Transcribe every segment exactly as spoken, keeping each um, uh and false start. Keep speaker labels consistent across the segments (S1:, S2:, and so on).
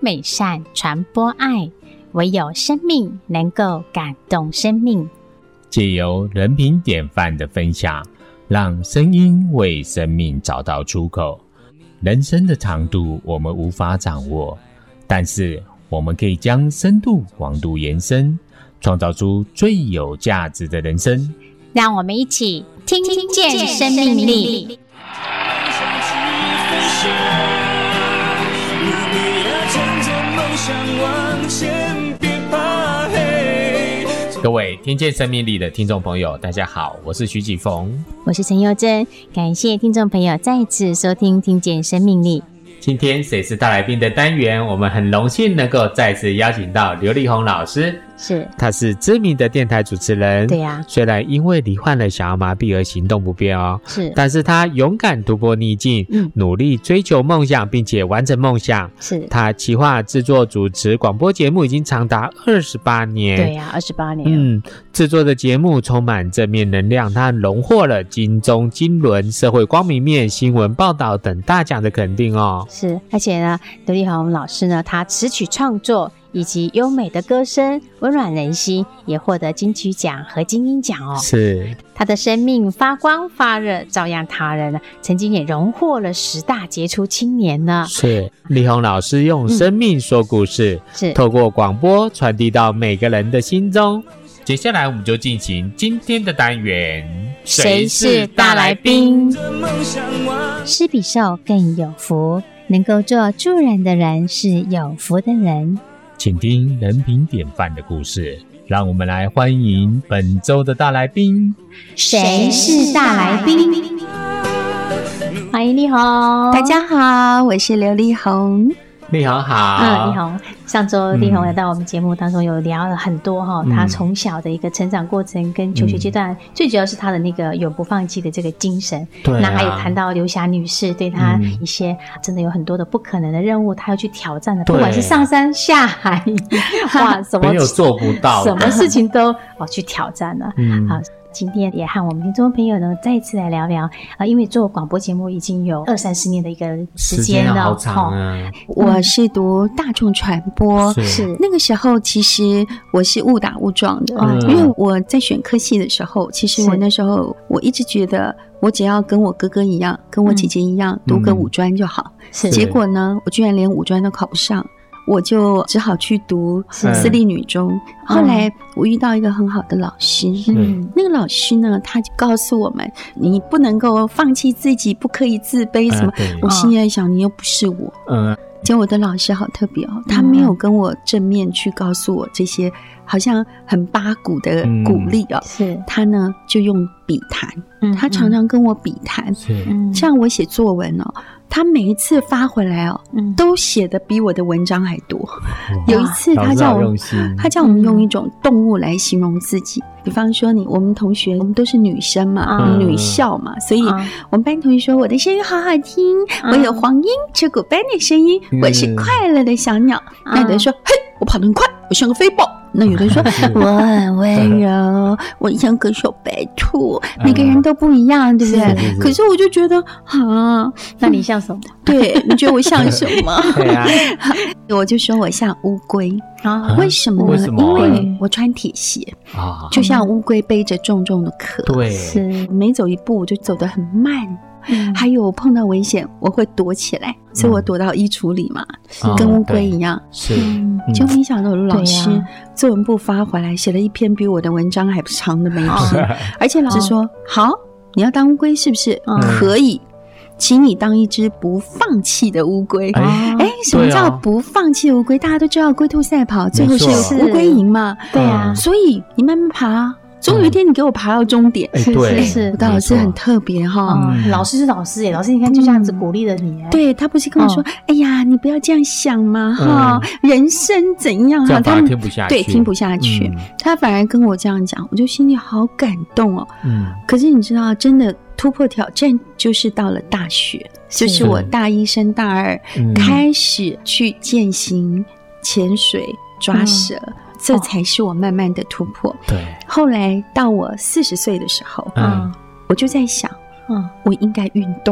S1: 美善，传播爱，唯有生命能够感动生命。
S2: 借由人品典范的分享，让声音为生命找到出口。人生的长度我们无法掌握，但是我们可以将深度广度延伸，创造出最有价值的人生。
S1: 让我们一起听见生命力。
S2: 各位听见生命力的听众朋友，大家好，我是徐启逢，
S1: 我是陈佑珍，感谢听众朋友再次收听听见生命力。
S2: 今天谁是大来宾的单元，我们很荣幸能够再次邀请到刘立宏老师。
S1: 是，
S2: 他是知名的电台主持人。
S1: 对呀、啊，
S2: 虽然因为罹患了小儿麻痹而行动不便哦，
S1: 是，
S2: 但是他勇敢突破逆境，
S1: 嗯，
S2: 努力追求梦想，并且完成梦想。
S1: 是，他
S2: 企划、制作、主持广播节目已经长达二十八年。
S1: 对呀、啊，二十八年。
S2: 嗯，制作的节目充满正面能量，他荣获了金钟、金轮、社会光明面、新闻报道等大奖的肯定哦。
S1: 是，而且呢，刘立宏老师呢，他词曲创作以及优美的歌声温暖人心，也获得金曲奖和金鹰奖哦。
S2: 是，
S1: 他的生命发光发热，照亮他人，曾经也荣获了十大杰出青年呢。
S2: 是，立宏老师用生命说故事，
S1: 嗯、是
S2: 透过广播传递到每个人的心中。接下来我们就进行今天的单元，
S1: 谁是大来宾？施比受更有福，能够做助人的人是有福的人。
S2: 请听人品典范的故事，让我们来欢迎本周的大来宾。
S1: 谁是大来宾？欢迎立宏。
S3: 大家好，我是刘立宏。
S2: 立宏好。
S1: 嗯，立宏，上周立宏来到我们节目当中有聊了很多哈、哦嗯，他从小的一个成长过程跟求学阶段、嗯，最主要是他的那个永不放弃的这个精神。
S2: 对、啊，
S1: 那还有谈到刘霞女士对他一些真的有很多的不可能的任务，他要去挑战的，不管是上山下海，哇，什么
S2: 没有做不到，
S1: 什么事情都哦去挑战了。
S2: 嗯，
S1: 好。今天也和我们听众朋友呢再一次来聊聊啊、呃，因为做广播节目已经有二三十年的一个时间了，
S2: 好长啊、
S3: 哦！我是读大众传播，
S1: 是
S3: 那个时候其实我是误打误撞的、嗯，因为我在选科系的时候，其实我那时候我一直觉得我只要跟我哥哥一样，跟我姐姐一样、嗯、读个五专就好。是，结果呢，我居然连五专都考不上。我就只好去读私立女中、嗯、后来我遇到一个很好的老师、嗯、那个老师呢，他就告诉我们你不能够放弃自己，不可以自卑什么、嗯、我心里在想、哦、你又不是我。嗯，结果我的老师好特别哦，他没有跟我正面去告诉我这些好像很八股的鼓励哦、嗯、是他呢就用笔谈、嗯、他常常跟我笔谈、嗯、像我写作文哦，他每一次发回来哦、嗯、都写的比我的文章还多。有一次他叫我他叫我们用一种动物来形容自己、嗯、比方说你我们同学我们都是女生嘛、嗯、女校嘛，所以我们班同学说我的声音好好听、嗯、我有黄莺这股班的声音、嗯、我是快乐的小鸟、嗯、那有的人说嘿我跑得很快我像个飞豹，那有的人说我很温柔我像个小白兔、嗯、每个人都不一样对不对？是是是，可是我就觉得啊，
S1: 那你像什么？
S3: 对，你觉得我像什么？对啊，我就说我像乌龟啊，为什么呢？为什么？因为我穿铁鞋啊，就像乌龟背着重重的壳，对，是每走一步我就走得很慢。嗯、还有碰到危险我会躲起来、嗯、所以我躲到衣橱里嘛、嗯、跟乌龟一样、哦、是、嗯、就没想到我的老师、啊、作文部发回来写了一篇比我的文章还长的美批、哦、而且老师说好你要当乌龟是不是、嗯、可以请你当一只不放弃的乌龟。哎、欸，什么叫不放弃的乌龟、啊？大家都知道龟兔赛跑最后是乌龟赢嘛，对啊，所以你慢慢爬总有一天你给我爬到终点、嗯、是是是，我的老师很特别哈、
S1: 嗯，老师是老师耶，老师你看就这样子鼓励了你耶、嗯、
S3: 对，他不是跟我说、哦、哎呀你不要这样想嘛哈、嗯，人生怎样哈，
S2: 他听不下去，
S3: 对，听不下去、嗯、他反而跟我这样讲，我就心里好感动哦。嗯，可是你知道真的突破挑战就是到了大学，就是我大一升大二、嗯、开始去践行潜水抓蛇、嗯，这才是我慢慢的突破。对、哦，后来到我四十岁的时候，嗯，我就在想，嗯，我应该运动哎、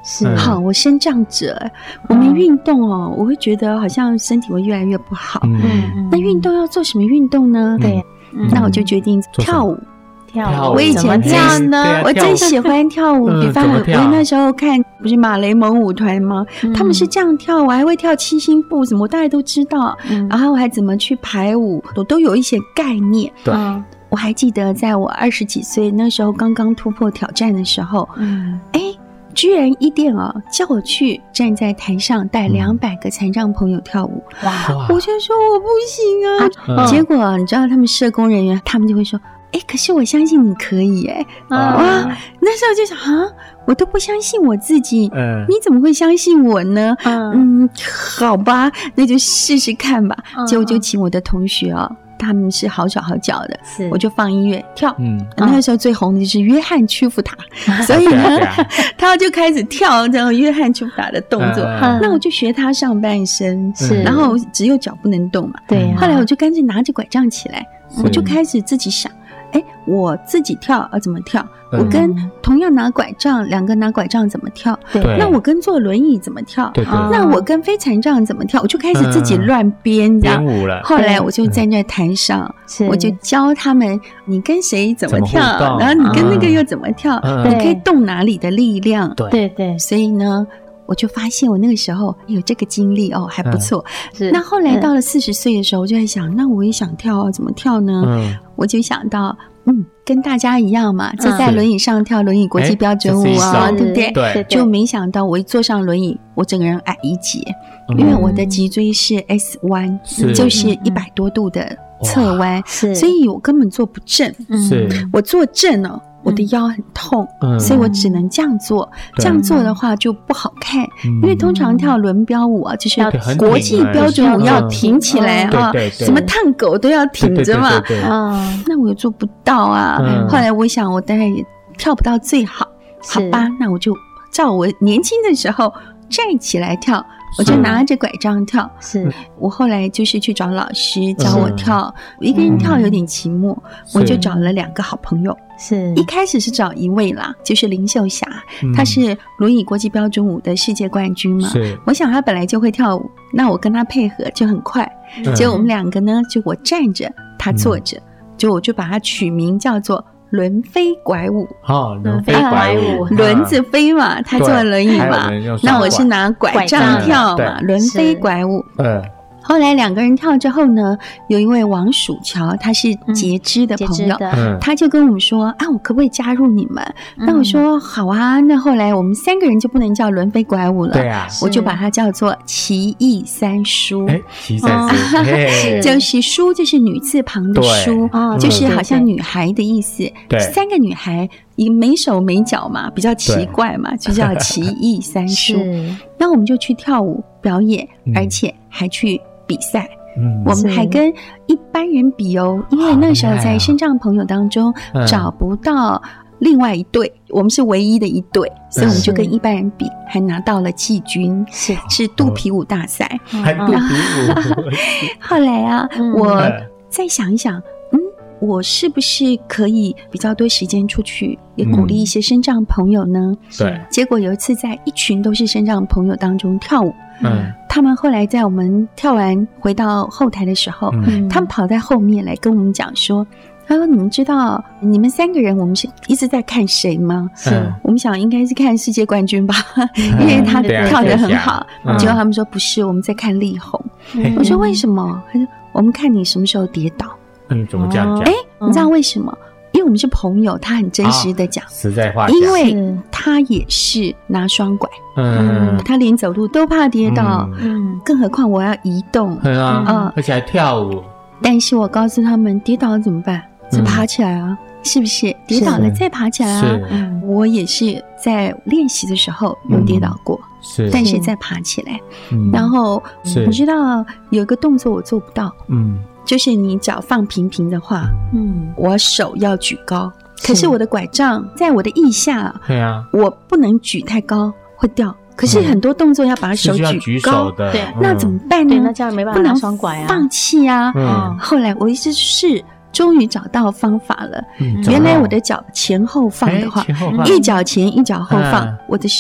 S1: 是
S3: 好，我身障者，我没运动哦，我会觉得好像身体会越来越不好。
S2: 嗯，
S3: 那运动要做什么运动呢？
S1: 对，
S3: 那我就决定跳舞。
S1: 跳舞，
S3: 我以前
S1: 跳呢，
S3: 我最喜欢跳舞。比方我那时候看不是马雷蒙舞团吗？他们是这样跳，我还会跳七星步什么，我大概都知道。然后我还怎么去排舞，我都有一些概念。
S2: 对。
S3: 我还记得在我二十几岁那时候刚刚突破挑战的时候，嗯，哎，居然一店哦叫我去站在台上带两百个残障朋友跳舞，哇！我就说我不行啊。结果你知道他们社工人员他们就会说，哎，可是我相信你可以哎，哇！那时候就想啊，我都不相信我自己，嗯，你怎么会相信我呢？嗯，好吧，那就试试看吧。结果就请我的同学啊。他们是好手好脚的，我就放音乐跳。嗯，那个时候最红的就是约翰屈服塔，所以呢，他就开始跳这样约翰屈服塔的动作。那我就学他上半身，是，然后只有脚不能动嘛。对。后来我就干脆拿着拐杖起来，我就开始自己想，哎，我自己跳要怎么跳？我跟同样拿拐杖，两个拿拐杖怎么跳？对。那我跟坐轮椅怎么跳？对对。那我跟非残障怎么跳？我就开始自己乱编这样。编舞了。后来我就站在台上，我就教他们，你跟谁怎么跳，然后你跟那个又怎么跳，你可以动哪里的力量。对对。所以呢，我就发现我那个时候有这个经历哦，还不错。是。那后来到了四十岁的时候，我就在想，那我也想跳啊，怎么跳呢？嗯。我就想到。嗯，跟大家一样嘛，就在轮椅上跳轮椅国际标准舞啊，对不对？对，就没想到我一坐上轮椅，我整个人矮一截，因为我的脊椎是 S 弯，就是一百多度的侧弯，所以我根本坐不正。是，我坐正了。我的腰很痛，嗯、所以我只能这样做。这样做的话就不好看，嗯、因为通常跳轮标舞啊，就是国际标准舞要挺起来啊，嗯、什么探狗都要挺着嘛。啊，那我又做不到啊。嗯、后来我想，我大概也跳不到最好，好吧，那我就照我年轻的时候站起来跳。我就拿着拐杖跳，是我后来就是去找老师教我跳，我一个人跳有点寂寞，我就找了两个好朋友。是一开始是找一位啦，就是林秀霞，她是轮椅国际标准舞的世界冠军嘛。是，我想她本来就会跳舞，那我跟她配合就很快。结果我们两个呢，就我站着，她坐着，就我就把她取名叫做。轮飞拐舞
S2: 哦，轮飞拐舞，
S3: 轮子飞嘛，他坐轮椅嘛，那我是拿拐杖跳嘛，轮飞拐舞。嗯，后来两个人跳之后呢，有一位王蜀桥，他是截肢的朋友，嗯、他就跟我们说啊，我可不可以加入你们？嗯、那我说好啊。那后来我们三个人就不能叫轮飞拐舞了，对啊，我就把它叫做奇艺三书。哎，
S2: 奇艺三书，哦、
S3: 就是书就是女字旁的书，就是好像女孩的意思。对，三个女孩。没手没脚嘛，比较奇怪嘛，就叫奇艺三书。那我们就去跳舞表演，嗯、而且还去比赛。嗯、我们还跟一般人比哦，因为那时候在身障朋友当中找不到另外一队，嗯、我们是唯一的一队，所以我们就跟一般人比，还拿到了季军，是是肚皮舞大赛。
S2: 还肚皮舞。
S3: 后来啊，我再想一想。我是不是可以比较多时间出去，也鼓励一些身障朋友呢？对、嗯。结果有一次在一群都是身障朋友当中跳舞，嗯，他们后来在我们跳完回到后台的时候，嗯，他们跑在后面来跟我们讲说，他说：“你们知道你们三个人我们是一直在看谁吗？是、嗯、我们想应该是看世界冠军吧，嗯、因为他跳得很好。嗯、结果他们说不是，我们在看力宏。嗯、我说为什么？他说我们看你什么时候跌倒。”
S2: 嗯，怎么这样讲？
S3: 哎，你知道为什么？嗯、因为我们是朋友，他很真实的讲，啊、
S2: 实在话讲，
S3: 因为他也是拿双拐，嗯，他连走路都怕跌倒，嗯，更何况我要移动，
S2: 对啊，嗯，而且还跳舞。
S3: 但是我告诉他们，跌倒了怎么办？再爬起来啊，嗯、是不是？跌倒了再爬起来啊。嗯、我也是在练习的时候有跌倒过，嗯、是，但是再爬起来。嗯、然后你知道有一个动作我做不到，嗯。就是你脚放平平的话，嗯，我手要举高，可是我的拐杖在我的腋下，对啊，我不能举太高会掉。可是很多动作要把手举高，嗯、对，那怎么办呢？
S1: 对，那这样没办法拿双拐啊，
S3: 放弃啊。嗯，后来我一直试，终于找到方法了。嗯、原来我的脚前后放的话，一脚前一脚后放，嗯、我的手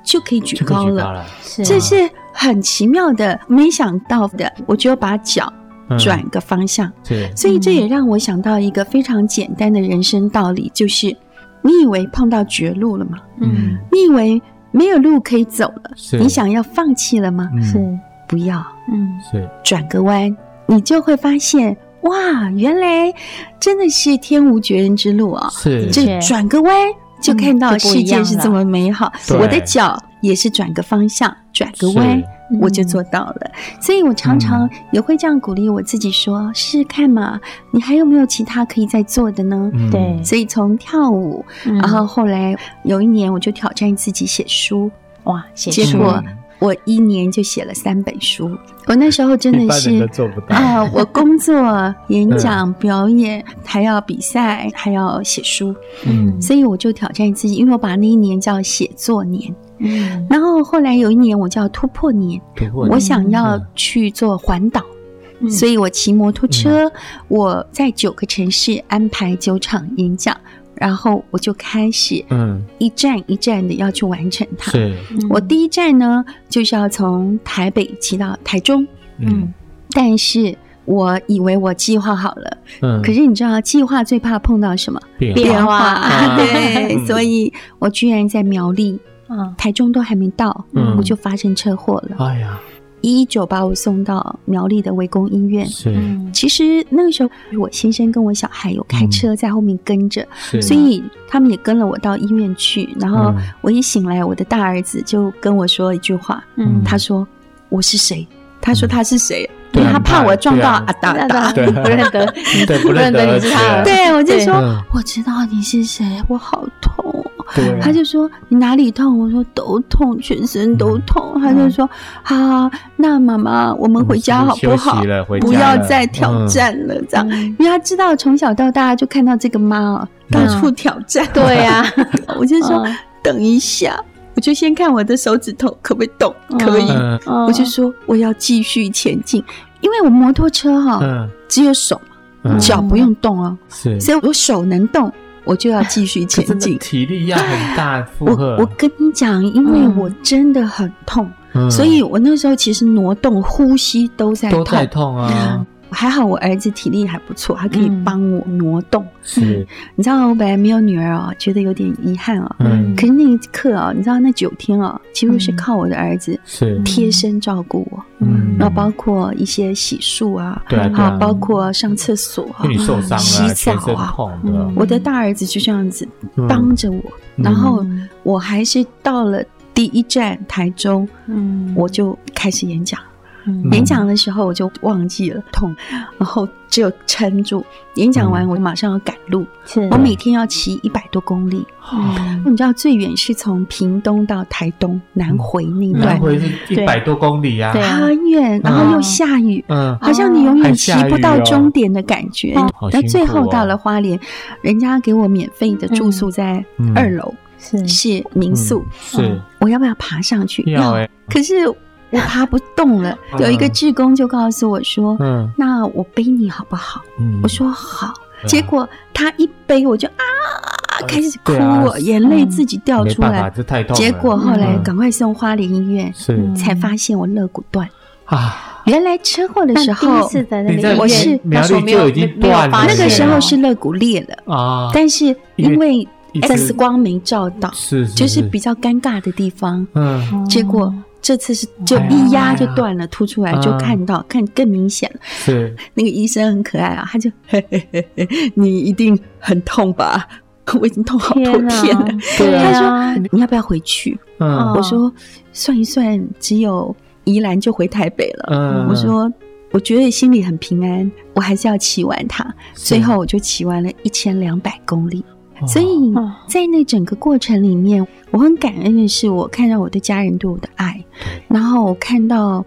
S3: 就可以举高了，
S2: 了
S1: 是
S3: 这是很奇妙的，没想到的。我就把脚转个方向，
S2: 是，
S3: 所以这也让我想到一个非常简单的人生道理，就是你以为碰到绝路了吗？
S1: 嗯，
S3: 你以为没有路可以走了，
S2: 是
S3: 你想要放弃了吗？
S2: 嗯
S1: 是，
S3: 不要，
S1: 嗯
S2: 是，
S3: 转个弯，你就会发现，哇，原来真的是天无绝人之路啊！
S2: 是，
S3: 就转个弯就看到世界是这么美好，
S2: 嗯、
S3: 我的脚也是转个方向，转个弯我就做到了。所以我常常也会这样鼓励我自己说，试试看嘛，你还有没有其他可以再做的呢？
S2: 嗯、
S1: 对，
S3: 所以从跳舞、嗯、然后后来有一年我就挑战自己写书，
S1: 哇，写
S3: 书结果我一年就写了三本书。我那时候真的是啊、呃，我工作、演讲、嗯、表演，还要比赛，还要写书，
S2: 嗯，
S3: 所以我就挑战自己，因为我把那一年叫写作年，
S1: 嗯，
S3: 然后后来有一年我叫突破年，
S2: 突破年
S3: 我想要去做环岛，嗯、所以我骑摩托车，嗯、我在九个城市安排九场演讲。然后我就开始，嗯，一站一站的要去完成它。
S2: 是，
S3: 我第一站呢，就是要从台北骑到台中，
S2: 嗯，
S3: 但是我以为我计划好了，嗯，可是你知道，计划最怕碰到什么？
S1: 变化，
S3: 啊、对，嗯、所以我居然在苗栗，嗯，台中都还没到，嗯，我就发生车祸了。
S2: 哎呀！
S3: 一一九把我送到苗栗的围攻医院。
S2: 是，
S3: 其实那个时候我先生跟我小孩有开车在后面跟着，
S2: 嗯、
S3: 所以他们也跟了我到医院去。然后我一醒来，我的大儿子就跟我说一句话，嗯，他说我是谁？他说他是谁？因为他怕我撞到阿达达，
S1: 不认得，
S2: 对，不认得你是他。
S3: 对，我就说我知道你是谁，我好痛。他就说你哪里痛？我说都痛，全身都痛。他就说好，那妈妈我们回家好不好？不要再挑战了，这样，因为他知道从小到大就看到这个妈哦，到处挑战。
S1: 对呀，
S3: 我就说等一下。我就先看我的手指头可不可以动，可以，我就说我要继续前进，因为我摩托车哈、哦，只有手，脚不用动哦，
S2: 是，
S3: 所以我手能动，我就要继续前进。
S2: 体力要很大负荷。
S3: 我我跟你讲，因为我真的很痛，嗯、所以我那时候其实挪动、呼吸都在痛，
S2: 都在痛啊。
S3: 还好我儿子体力还不错，他可以帮我挪动。
S2: 是，
S3: 你知道我本来没有女儿哦，觉得有点遗憾哦。
S2: 嗯，
S3: 可是那一刻哦，你知道那九天哦，几乎是靠我的儿子
S2: 是
S3: 贴身照顾我。嗯，然后包括一些洗漱啊，
S2: 对啊，
S3: 还有包括上厕所啊，
S2: 你受伤啊，
S3: 洗澡啊，我的大儿子就这样子帮着我，然后我还是到了第一站台中，嗯，我就开始演讲。嗯、演讲的时候我就忘记了痛，然后只有撑住。演讲完我马上要赶路，
S1: 嗯、
S3: 我每天要骑一百多公里。嗯，你知道最远是从屏东到台东南回那段，
S2: 南回是一百多公里啊，
S3: 很远，然后又下雨，嗯，好像你永远骑不到终点的感觉。那、哦、最后到了花莲，人家给我免费的住宿在二楼，
S1: 是
S3: 是民宿，
S2: 是、嗯、
S3: 我要不要爬上去？
S2: 要、欸，
S3: 可是。我爬不动了，有一个志工就告诉我说：“嗯，那我背你好不好？”嗯，我说好。结果他一背，我就啊开始哭，我眼泪自己掉出来。
S2: 这太痛了。
S3: 结果后来赶快送花莲医院，是才发现我肋骨断
S2: 啊。
S3: 原来车祸的时候，
S1: 第一次在那个
S3: 我是
S2: 苗栗就已经断了，
S3: 那个时候是肋骨裂了
S2: 啊，
S3: 但是因为 X 光没照到，
S2: 是
S3: 就是比较尴尬的地方。嗯，结果。这次是就一压就断了，凸出来就看到，看更明显了。
S2: 是
S3: 那个医生很可爱啊，他就嘿嘿嘿嘿，你一定很痛吧？我已经痛好多天了。
S2: 对啊，
S3: 他说你要不要回去？嗯，我说算一算，只有宜兰就回台北了。嗯，我说我觉得心里很平安，我还是要骑完它。最后我就骑完了一千两百公里。所以在那整个过程里面，我很感恩的是，我看到我的家人对我的爱，然后我看到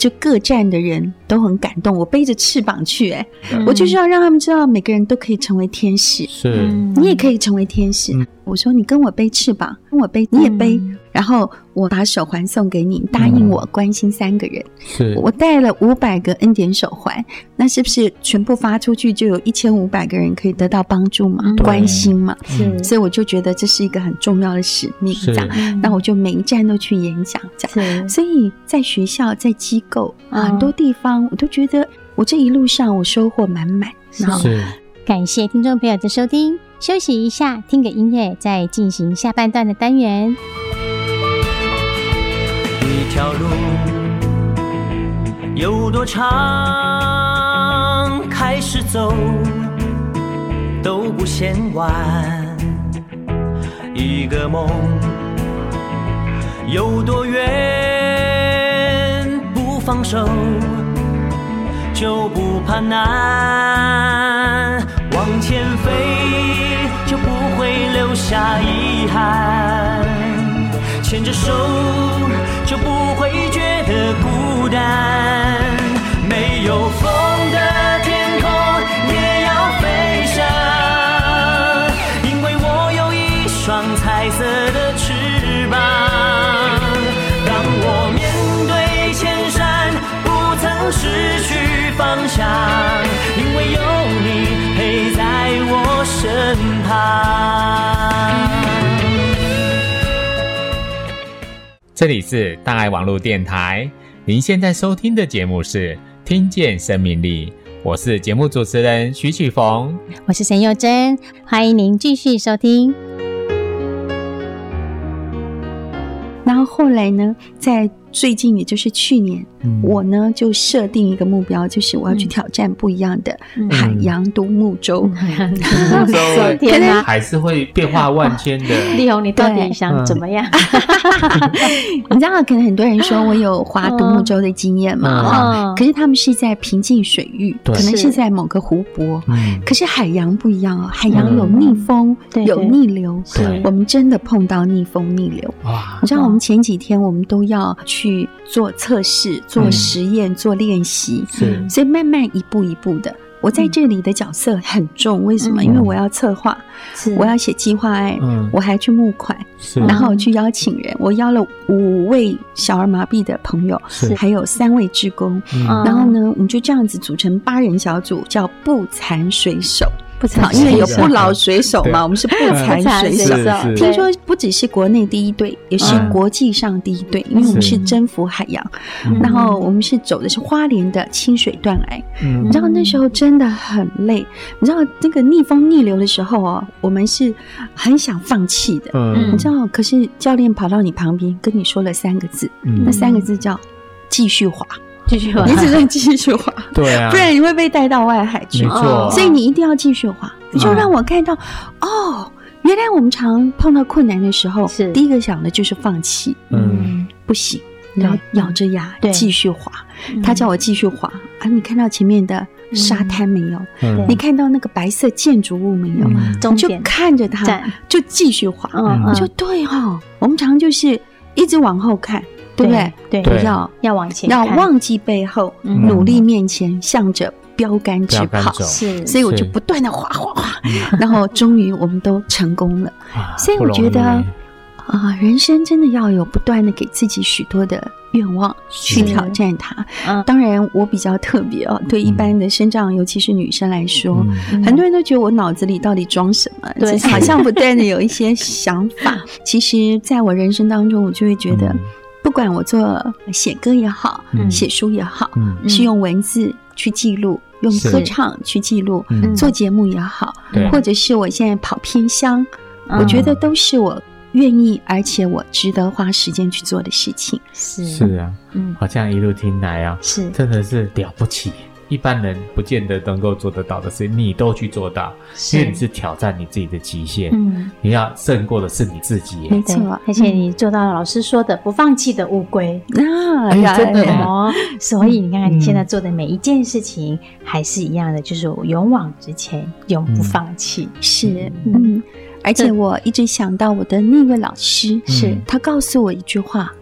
S3: 就各站的人都很感动，我背着翅膀去、欸嗯、我就是要让他们知道每个人都可以成为天使，
S2: 是
S3: 你也可以成为天使、嗯、我说你跟我背翅膀，跟我背你也背、嗯、然后我把手环送给你，答应我关心三个人、嗯、是我带了五百个恩典手环，那是不是全部发出去就有一千五百个人可以得到帮助嘛、嗯、关心嘛、嗯、所以我就觉得这是一个很重要的使命这样、嗯、那我就每一站都去演讲这样，所以在学校在机构、嗯、很多地方我都觉得我这一路上我收获满满。
S1: 是感谢听众朋友的收听，休息一下听个音乐，再进行下半段的单元。
S4: 一条路有多长，开始走都不嫌晚，一个梦有多远，不放手就不怕难，往前飞就不会留下遗憾，牵着手就不会觉得孤单，没有风的天空也要飞翔，因为我有一双彩色的翅膀，当我面对千山不曾失去方向，因为有你陪在我身旁。
S2: 这里是大爱网络电台，您现在收听的节目是听见生命力，我是节目主持人徐启逢，
S1: 我是沈幼珍，欢迎您继续收听。
S3: 然后后来呢，在最近也就是去年、嗯、我呢就设定一个目标，就是我要去挑战不一样的海洋独木舟。
S2: 嗯、天哪，还是会变化万千的。
S1: 丽红，你到底想怎么样？
S3: 你知道可能很多人说我有划独木舟的经验嘛、嗯、可是他们是在平静水域，可能是在某个湖泊、嗯、可是海洋不一样哦，海洋有逆风、嗯、有逆流，我们真的碰到逆风逆流。你知道我们前几天我们都要去做测试、做实验、嗯、做练习，所以慢慢一步一步的。我在这里的角色很重，为什么？嗯、因为我要策划，我要写计划案、嗯，我还去募款，然后去邀请人，我邀了五位小儿麻痹的朋友，还有三位志工、嗯，然后呢，我们就这样子组成八人小组，叫不残水手。因为有不老水手嘛，我们是不残水手。听说不只是国内第一队，也是国际上第一队、嗯，因为我们是征服海洋、嗯，然后我们是走的是花莲的清水断崖、嗯。你知道那时候真的很累，你知道那个逆风逆流的时候哦，我们是很想放弃的、嗯，你知道，可是教练跑到你旁边跟你说了三个字，嗯、那三个字叫继续滑。
S1: 继续滑，
S3: 你只能继续滑，
S2: 对啊，
S3: 不然你会被带到外海去。
S2: 没错，
S3: 所以你一定要继续滑。你就让我看到、嗯，哦，原来我们常碰到困难的时候，是第一个想的就是放弃。嗯，不行，你要咬着牙继续滑。他叫我继续滑啊！你看到前面的沙滩没有？嗯、你看到那个白色建筑物没有？嗯、你就看着它，就继续滑。嗯，我就对哦，我们常就是一直往后看。对不对？
S1: 对，
S3: 不要
S1: 要往前看，
S3: 要忘记背后，嗯、努力面前，向着标杆直跑。是，所以我就不断的滑滑滑，然后终于我们都成功了。所以我觉得啊、呃，人生真的要有不断的给自己许多的愿望去挑战它。嗯、当然，我比较特别哦，对一般的身障，尤其是女生来说，嗯、很多人都觉得我脑子里到底装什么？对，好像不断的有一些想法。其实，在我人生当中，我就会觉得。嗯不管我做写歌也好、嗯、写书也好、嗯、是用文字去记录、用歌唱去记录、做节目也好、嗯、或者是我现在跑偏乡、嗯、我觉得都是我愿意而且我值得花时间去做的事情。
S2: 是是啊、嗯、好像一路听来啊，是真的是了不起，一般人不见得能够做得到的事你都去做到，因为你是挑战你自己的极限、嗯、你要胜过的是你自己。
S1: 没错，而且你做到了老师说的不放弃的乌龟
S3: 啊、
S1: 哎，真的哦。所以你看看你现在做的每一件事情还是一样的，就是勇往直前，永不放弃、
S3: 嗯、是嗯而且我一直想到我的那位老师，是他告诉我一句话，嗯，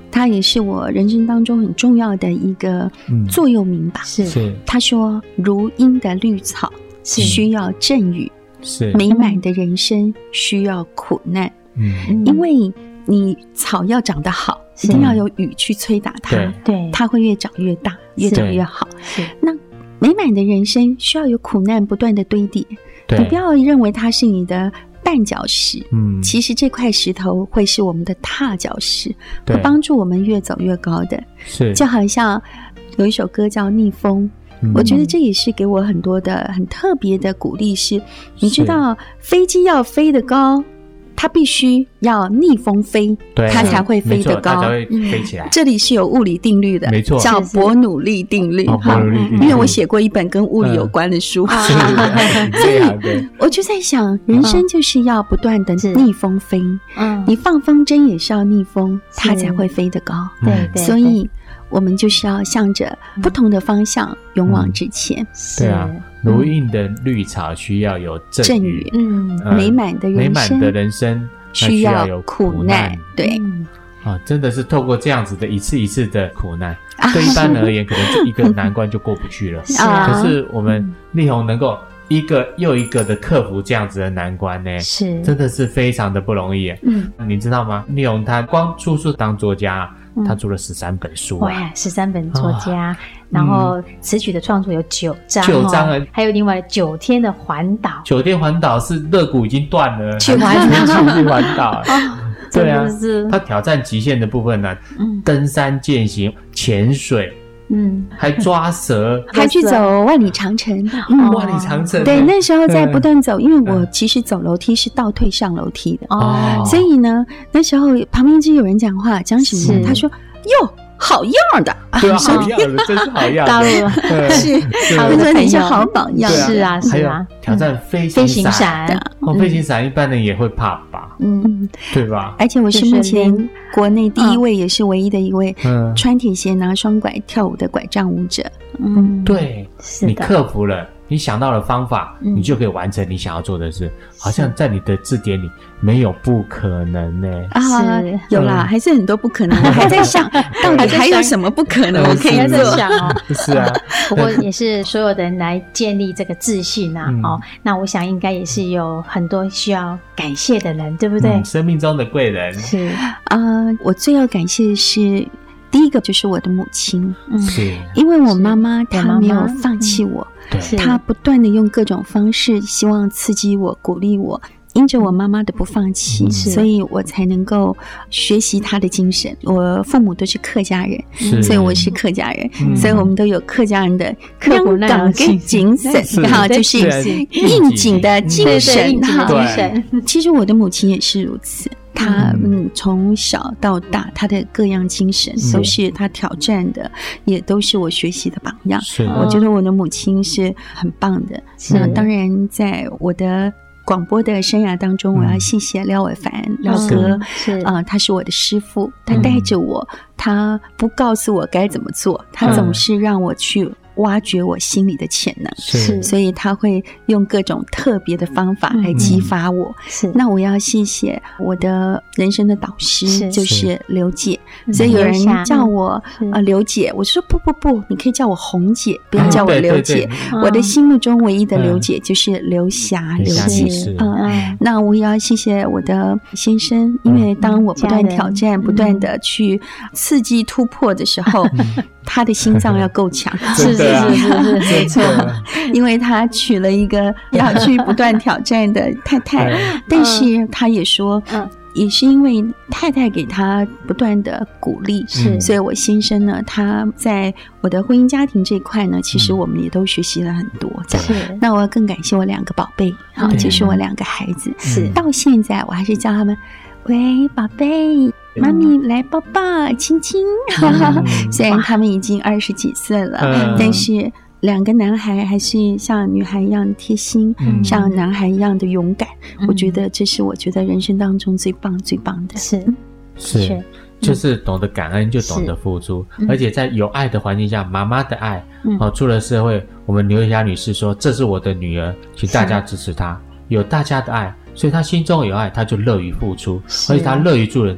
S3: 他也是我人生当中很重要的一个座右铭吧。
S1: 是
S2: 是，
S3: 他说：“如茵的绿草需要阵雨，
S2: 是
S3: 美满的人生需要苦难。”
S2: 嗯，
S3: 因为你草要长得好，一定要有雨去催打它，
S1: 对，
S3: 它会越长越大，越长越好。
S1: 是，
S3: 那美满的人生需要有苦难不断的堆叠，
S2: 对，
S3: 你不要认为它是你的绊脚石，
S2: 嗯，
S3: 其实这块石头会是我们的踏脚石，会帮助我们越走越高的。
S2: 是，
S3: 就好像有一首歌叫《逆风》。
S2: 嗯、
S3: 我觉得这也是给我很多的很特别的鼓励，是你知道飞机要飞得高，它必须要逆风飞，它才会飞得高，
S2: 它才会飞起来、嗯。
S3: 这里是有物理定律的，
S2: 没错，
S3: 叫伯努利定律。
S2: 哦、伯努利定律，
S3: 因为我写过一本跟物理有关的书，
S2: 嗯、
S3: 所以我就在想，人生就是要不断的逆风飞。嗯，你放风筝也是要逆风，它才会飞得高。
S1: 对对，
S3: 所以我们就是要向着不同的方向勇往直前。
S2: 嗯、对啊，如茵的绿草需要有阵雨，
S3: 嗯，呃、美满的人生，
S2: 美满的人生
S3: 需要有苦难。对、
S2: 嗯，啊，真的是透过这样子的一次一次的苦难，啊、对一般人而言，可能就一个难关就过不去了。是啊，可是我们丽虹能够一个又一个的克服这样子的难关呢，
S1: 是
S2: 真的是非常的不容易。嗯，你知道吗？丽虹她光出书当作家。他出了十三本书、啊，
S1: 哇，十三本作家，哦、然后词曲的创作有九章，
S2: 九章啊，
S1: 还有另外九天的环岛，
S2: 九天环岛是肋骨已经断了，
S1: 去环
S2: 岛，去环岛，
S1: 哦、
S2: 对啊，他挑战极限的部分呢、啊嗯，登山健行、潜水。嗯，还抓蛇，
S3: 还去走万里长城。
S2: 嗯，万里长城。
S3: 对，那时候在不断走，因为我其实走楼梯是倒退上楼梯的哦，所以呢，那时候旁边就有人讲话，讲什么？他说：“哟，好样的！”
S2: 对啊，好样的，真是好样的。
S1: 大陆
S3: 是，他们说你是好榜样。
S1: 是啊，是啊。
S2: 挑战飞
S1: 飞行伞，
S2: 哦，飞行伞一般人也会怕吧？嗯，对吧？
S3: 而且我是目前国内第一位，也是唯一的一位穿铁鞋拿双拐跳舞的拐杖舞者。
S2: 嗯，对，你克服了，你想到了方法，你就可以完成你想要做的事。好像在你的字典里没有不可能呢。
S3: 啊，有啦，还是很多不可能。我还在想，到底还有什么不可能我可以做？
S1: 想哦，
S2: 是啊。
S1: 不过也是所有的人来建立这个自信啊。哦，那我想应该也是有很多需要感谢的人，对不对？
S2: 生命中的贵人
S1: 是
S3: 啊，我最要感谢的是。第一个就是我的母亲，
S2: 嗯，是，
S3: 因为我妈妈她没有放弃我，
S2: 对，
S3: 她不断的用各种方式，希望刺激我、鼓励我。因着我妈妈的不放弃，嗯、所以我才能够学习她的精神。我父母都是客家人，所以我是客家人，嗯、所以我们都有客家人的
S1: 刻苦耐劳
S3: 跟精神，哈，就是应景的精神，哈。其实我的母亲也是如此。他嗯，从小到大，他的各样精神都是他挑战的，也都是我学习的榜样。
S2: 是，
S3: 我觉得我的母亲是很棒的。那当然，在我的广播的生涯当中，我要谢谢廖伟凡廖哥，是啊、呃，他是我的师父，他带着我，他不告诉我该怎么做，他总是让我去挖掘我心里的潜能，
S2: 是，
S3: 所以他会用各种特别的方法来激发我。
S1: 是，
S3: 那我要谢谢我的人生的导师，就是刘姐。所以有人叫我呃刘姐，我说不不不，你可以叫我红姐，不要叫我刘姐。
S2: 对对
S3: 对，我的心目中唯一的刘姐就是刘霞，刘姐。嗯，那我也要谢谢我的先生，因为当我不断挑战、不断的去刺激突破的时候，他的心脏要够强。
S1: 是是是是，没错。
S3: 因为他娶了一个要去不断挑战的太太，但是他也说，嗯。也是因为太太给他不断的鼓励，是，所以我先生呢，他在我的婚姻家庭这一块呢，其实我们也都学习了很多。这样，那我要更感谢我两个宝贝，好，就是我两个孩子，是到现在我还是叫他们，喂，宝贝，妈咪来抱抱，亲亲。虽然他们已经二十几岁了，嗯、但是。两个男孩还是像女孩一样贴心，嗯、像男孩一样的勇敢，嗯、我觉得这是我觉得人生当中最棒最棒的。
S1: 是
S2: 是，是就是懂得感恩就懂得付出，而且在有爱的环境下，妈妈的爱，嗯、哦，出了社会，我们刘霞女士说这是我的女儿，请大家支持她，有大家的爱，所以她心中有爱，她就乐于付出，而且她乐于助人，在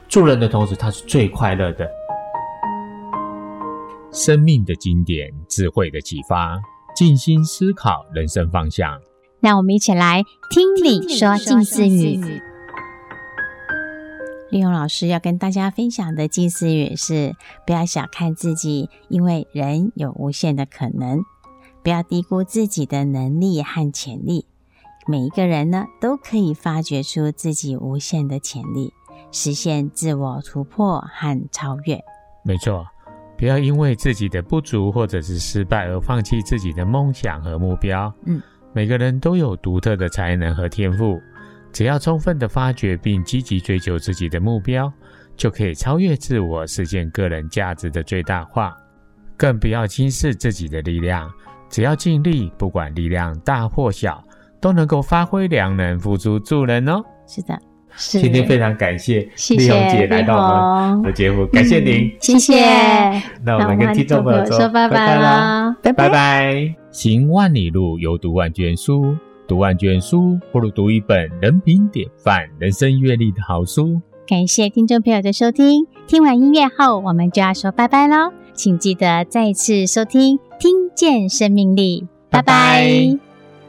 S2: 助人的同时他是最快乐的。生命的经典，智慧的启发，静心思考人生方向。
S1: 让我们一起来听你说近似语。丽蓉老师要跟大家分享的近似语是：不要小看自己，因为人有无限的可能；不要低估自己的能力和潜力。每一个人呢，都可以发掘出自己无限的潜力，实现自我突破和超越。
S2: 没错，不要因为自己的不足或者是失败而放弃自己的梦想和目标。嗯，每个人都有独特的才能和天赋，只要充分的发掘并积极追求自己的目标，就可以超越自我，实现个人价值的最大化。更不要轻视自己的力量，只要尽力，不管力量大或小，都能够发挥良能，付出助人哦。
S1: 是的，是。
S2: 今天非常感谢丽蓉姐来到我们的节目，感谢您，
S1: 嗯、谢谢。
S2: 那我们跟听众朋友说
S1: 拜拜啦，
S2: 拜拜拜。行万里路，犹读万卷书。读万卷书，不如读一本人品典范、人生阅历的好书。
S1: 感谢听众朋友的收听，听完音乐后，我们就要说拜拜咯。请记得再次收听《听见生命力》，拜拜。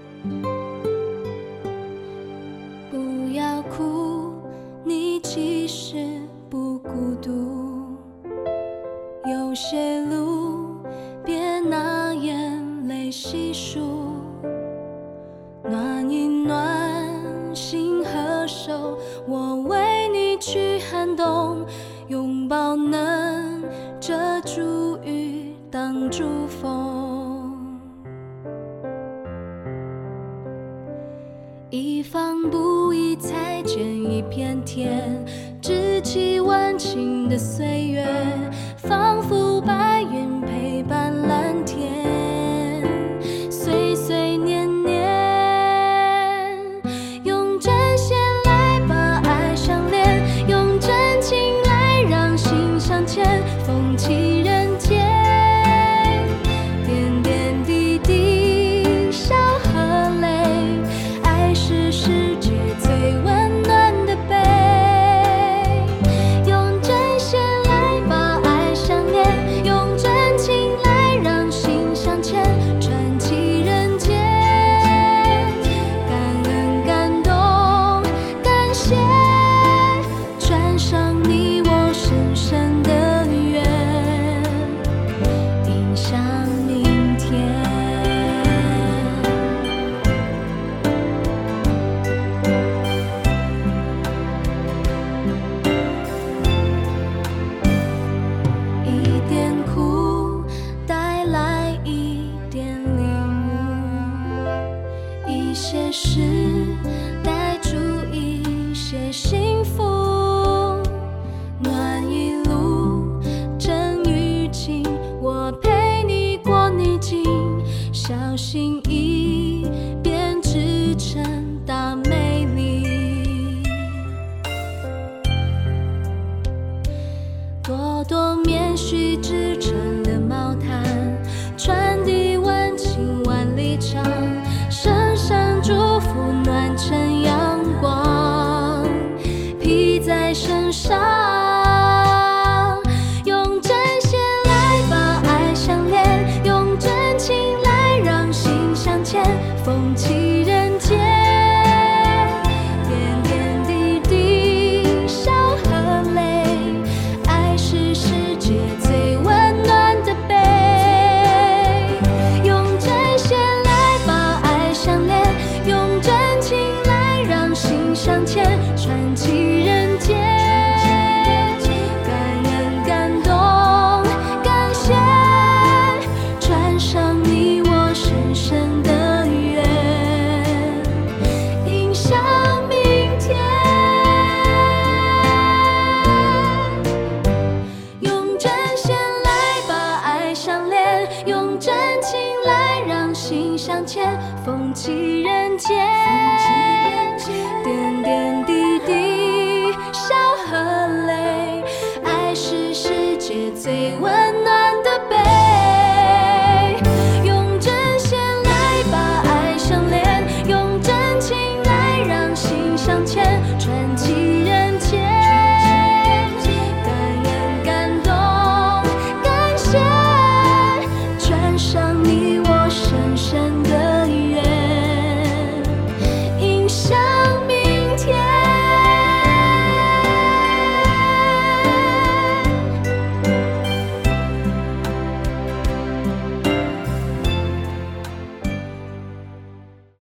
S5: 不要哭，你其实不孤独。有些路，别拿眼泪细数。暖一暖心和手，我为你去寒冬，拥抱能遮住雨，挡住风。一方不移才见一片天，志气万顷的岁月，仿佛白云陪伴蓝天，岁岁年年。风起人间，点点滴滴笑和泪，爱是世界最温暖的悲。用真心来把爱相连，用真情来让心向前，传奇人间。感恩感动感谢，穿上你我深深的风起人间，点点滴滴笑和泪，爱是世界最温暖